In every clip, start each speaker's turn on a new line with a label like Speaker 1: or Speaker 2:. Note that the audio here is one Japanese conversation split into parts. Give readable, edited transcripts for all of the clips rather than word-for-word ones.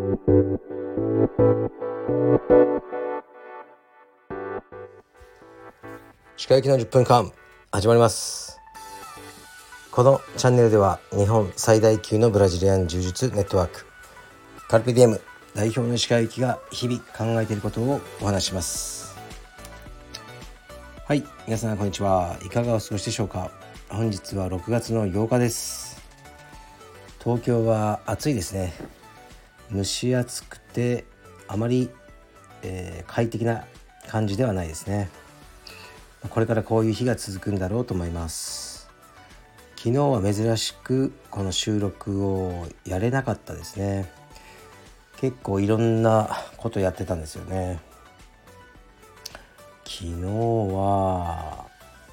Speaker 1: 歯科行きの10分間始まります。このチャンネルでは日本最大級のブラジリアン柔術ネットワークカルペディエム代表の歯科行きが日々考えていることをお話します。はい、皆さんこんにちは。いかがお過ごしでしょうか。本日は6月の8日です。東京は暑いですね。蒸し暑くてあまり、快適な感じではないですね。これからこういう日が続くんだろうと思います。昨日は珍しくこの収録をやれなかったですね。結構いろんなことやってたんですよね。昨日は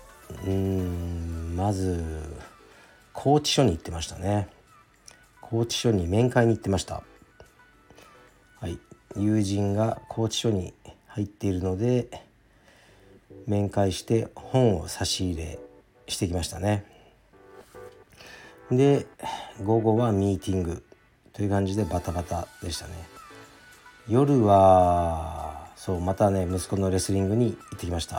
Speaker 1: まず拘置所に行ってましたね。拘置所に面会に行ってました。はい、友人が拘置所に入っているので面会して本を差し入れしてきましたね。で午後はミーティングという感じでバタバタでしたね。夜はまたね息子のレスリングに行ってきました。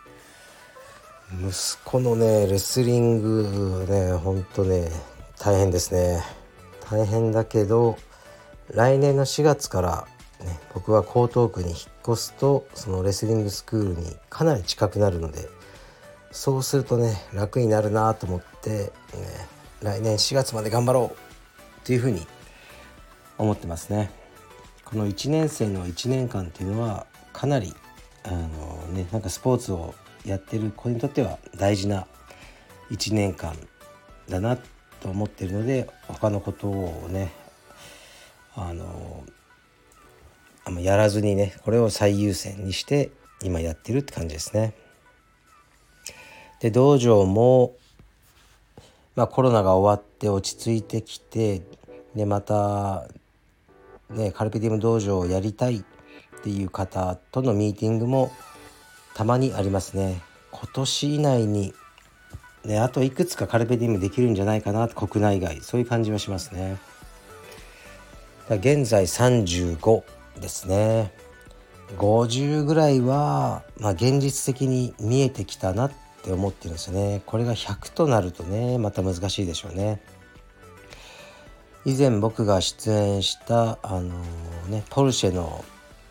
Speaker 1: 息子のねレスリングねほんとね大変ですね。大変だけど来年の4月からね、僕は江東区に引っ越すとそのレスリングスクールにかなり近くなるので、そうするとね楽になるなと思って、来年4月まで頑張ろうというふうに思ってますね。この1年生の1年間っていうのはかなりなんかスポーツをやってる子にとっては大事な1年間だなと思っているので、他のことをねやらずにねこれを最優先にして今やってるって感じですね。で道場も、コロナが終わって落ち着いてきてでまたねカルペディウム道場をやりたいっていう方とのミーティングもたまにありますね。今年以内にねあといくつかカルペディウムできるんじゃないかな、国内外そういう感じはしますね。現在35ですね。50ぐらいは、現実的に見えてきたなって思ってるんですよね。これが100となるとねまた難しいでしょうね。以前僕が出演したポルシェの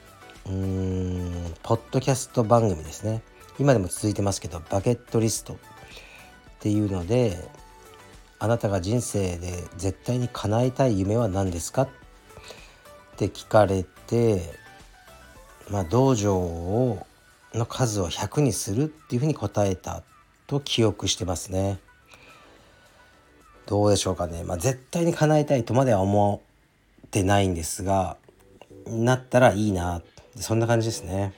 Speaker 1: ポッドキャスト番組ですね。今でも続いてますけど、バケットリストっていうので、あなたが人生で絶対に叶えたい夢は何ですかって聞かれて、道場の数を100にするっていうふうに答えたと記憶してますね。どうでしょうかね。絶対に叶えたいとまでは思ってないんですが、なったらいいな、そんな感じですね。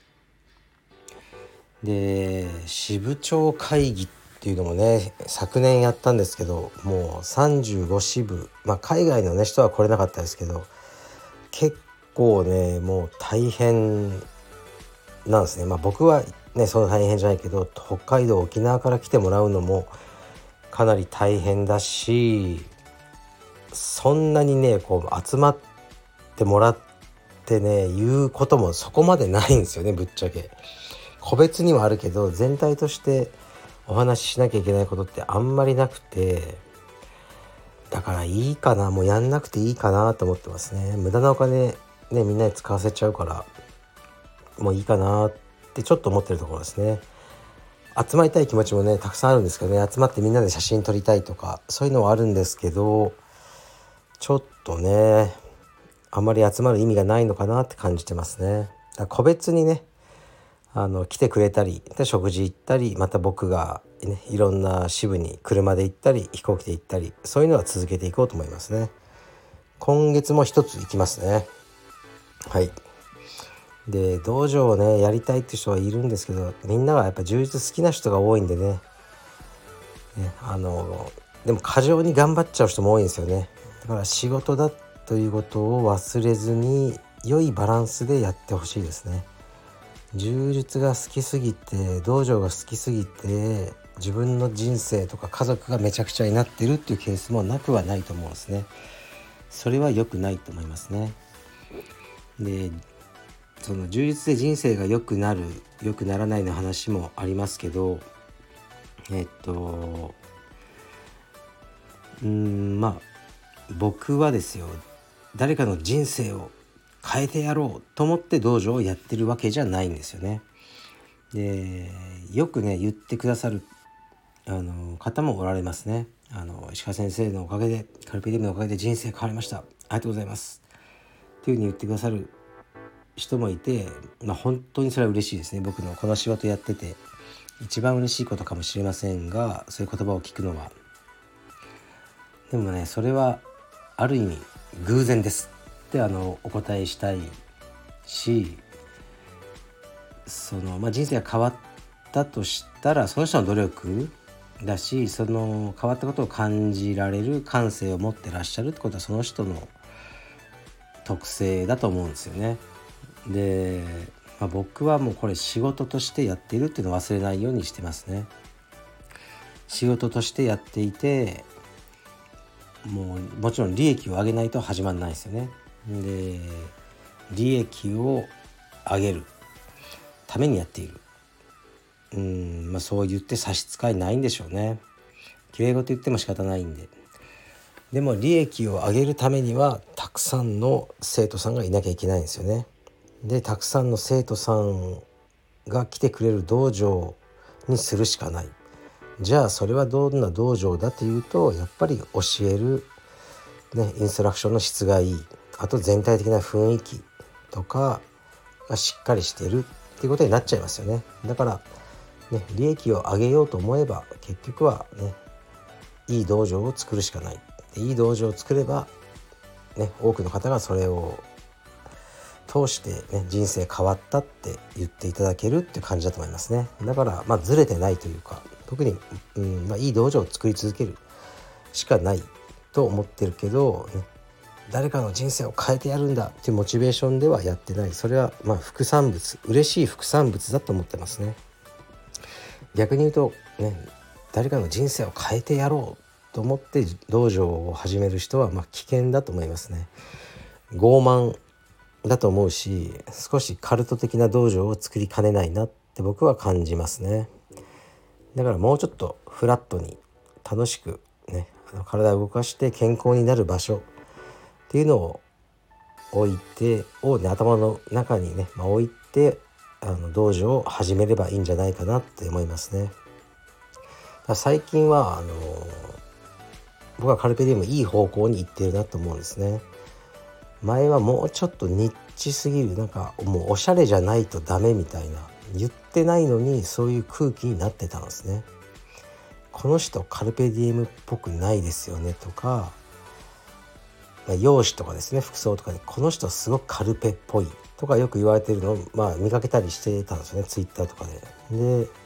Speaker 1: で支部長会議っていうのもね昨年やったんですけど、もう35支部、海外の人は来れなかったですけど結構ねもう大変なんですね。僕はねそんな大変じゃないけど、北海道沖縄から来てもらうのもかなり大変だし、そんなにね集まってもらってね言うこともそこまでないんですよね。ぶっちゃけ個別にはあるけど全体としてお話ししなきゃいけないことってあんまりなくて、だからいいかな、もうやんなくていいかなと思ってますね。無駄なお金ねみんなで使わせちゃうからもういいかなってちょっと思ってるところですね。集まりたい気持ちもねたくさんあるんですけどね、集まってみんなで写真撮りたいとかそういうのはあるんですけど、ちょっとねあまり集まる意味がないのかなって感じてますね。だから個別にね来てくれたりで食事行ったり、また僕が、いろんな支部に車で行ったり飛行機で行ったり、そういうのは続けていこうと思いますね。今月も一つ行きますね。はい。で道場をねやりたいって人はいるんですけど、みんなはやっぱ充実好きな人が多いんでね、でも過剰に頑張っちゃう人も多いんですよね。だから仕事だということを忘れずに良いバランスでやってほしいですね。柔術が好きすぎて道場が好きすぎて自分の人生とか家族がめちゃくちゃになってるっていうケースもなくはないと思うんですね。 それは良くないと思いますね。で、その充実で人生が良くなる良くならないの話もありますけど、まあ僕はですよ、誰かの人生を変えてやろうと思って道場をやってるわけじゃないんですよね。で、よくね言ってくださる方もおられますね。石川先生のおかげで、カルペディウムのおかげで人生変わりました、ありがとうございますっていうふうに言ってくださる人もいて、本当にそれは嬉しいですね。僕のこの仕事やってて一番嬉しいことかもしれませんが、そういう言葉を聞くのは。でもね、それはある意味偶然ですってお答えしたいし、人生が変わったとしたらその人の努力だし、その変わったことを感じられる感性を持ってらっしゃるってことはその人の特性だと思うんですよね。で、僕はもうこれ仕事としてやっているっていうのを忘れないようにしてますね。仕事としてやっていて、もちろん利益を上げないと始まらないですよね。で、利益を上げるためにやっている。そう言って差し支えないんでしょうね。きれい事言っても仕方ないんで。でも利益を上げるためにはたくさんの生徒さんがいなきゃいけないんですよね。で、たくさんの生徒さんが来てくれる道場にするしかない。じゃあそれはどんな道場だというと、やっぱり教える、インストラクションの質がいい、あと全体的な雰囲気とかがしっかりしているっていうことになっちゃいますよね。だから利益を上げようと思えば結局はいい道場を作るしかない。いい道場を作れば多くの方がそれを通して、人生変わったって言っていただけるっていう感じだと思いますね。だからずれてないというか、特に、いい道場を作り続けるしかないと思ってるけど、誰かの人生を変えてやるんだっていうモチベーションではやってない。それは副産物、嬉しい副産物だと思ってますね。逆に言うと誰かの人生を変えてやろうと思って道場を始める人は危険だと思いますね。傲慢だと思うし、少しカルト的な道場を作りかねないなって僕は感じますね。だからもうちょっとフラットに楽しく体を動かして健康になる場所っていうのを頭の中に置いて道場を始めればいいんじゃないかなって思いますね。最近は僕はカルペディウムいい方向に行ってるなと思うんですね。前はもうちょっとニッチすぎる、もうおしゃれじゃないとダメみたいな、言ってないのにそういう空気になってたんですね。この人カルペディウムっぽくないですよねとか、容姿とかですね、服装とかでこの人すごくカルペっぽいとかよく言われてるのを見かけたりしてたんですよね、ツイッターとかで。で、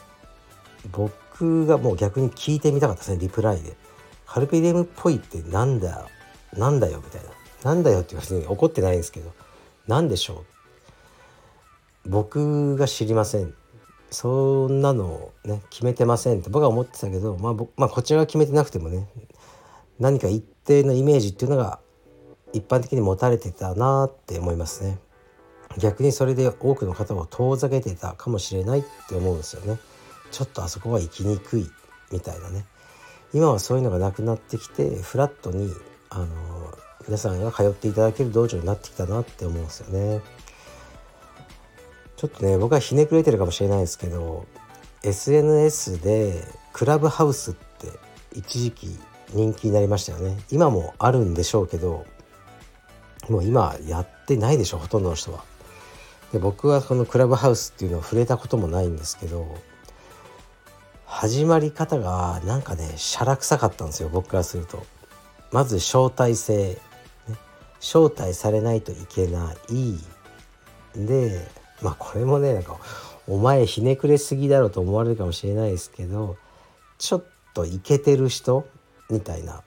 Speaker 1: 僕がもう逆に聞いてみたかったですね、リプライで。カルペディウムっぽいってなんだよみたいな。なんだよって別に怒ってないんですけど、なんでしょう、僕が知りません、そんなのを決めてませんって僕は思ってたけど、こちらが決めてなくても何か一定のイメージっていうのが一般的に持たれてたなって思いますね。逆にそれで多くの方を遠ざけてたかもしれないって思うんですよね。ちょっとあそこは行きにくいみたいなね。今はそういうのがなくなってきて、フラットに皆さんが通っていただける道場になってきたなって思うんですよね。ちょっと僕はひねくれてるかもしれないですけど、 SNS でクラブハウスって一時期人気になりましたよね。今もあるんでしょうけど、もう今やってないでしょ、ほとんどの人は。で、僕はこのクラブハウスっていうのを触れたこともないんですけど、始まり方がしゃらくさかったんですよ、僕からすると。まず招待制、招待されないといけないで、これもお前ひねくれすぎだろと思われるかもしれないですけど、ちょっとイケてる人みたいな、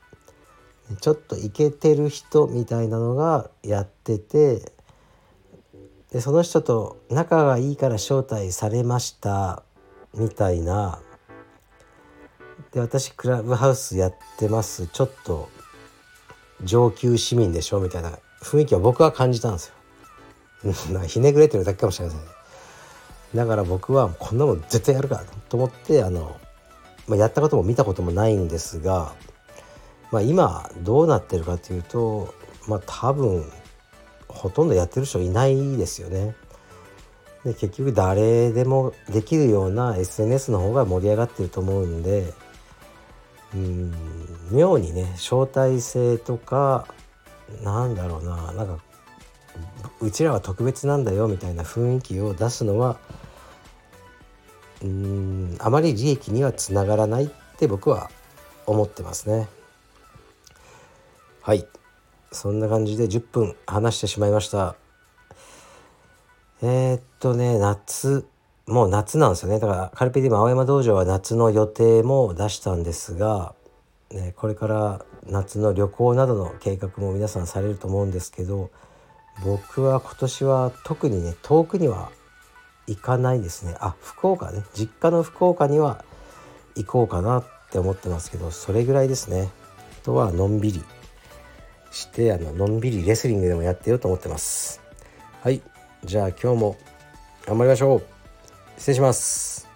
Speaker 1: のがやってて、でその人と仲がいいから招待されましたみたいな。で、私クラブハウスやってます、ちょっと上級市民でしょみたいな雰囲気は僕は感じたんですよ。なんかひねくれてるだけかもしれません。だから僕はこんなもん絶対やるかと思ってやったことも見たこともないんですが、今どうなってるかというと、多分ほとんどやってる人いないですよね。で結局誰でもできるような SNS の方が盛り上がってると思うんで、妙にね招待制とかなんかうちらは特別なんだよみたいな雰囲気を出すのはあまり利益にはつながらないって僕は思ってますね。はい、そんな感じで10分話してしまいました。もう夏なんですよね。だからカルペディウム青山道場は夏の予定も出したんですが、これから夏の旅行などの計画も皆さんされると思うんですけど、僕は今年は特にね遠くには行かないですね。福岡ね、実家の福岡には行こうかなって思ってますけど、それぐらいですね。あとはのんびりしてのんびりレスリングでもやってようと思ってます。はい、じゃあ今日も頑張りましょう。失礼します。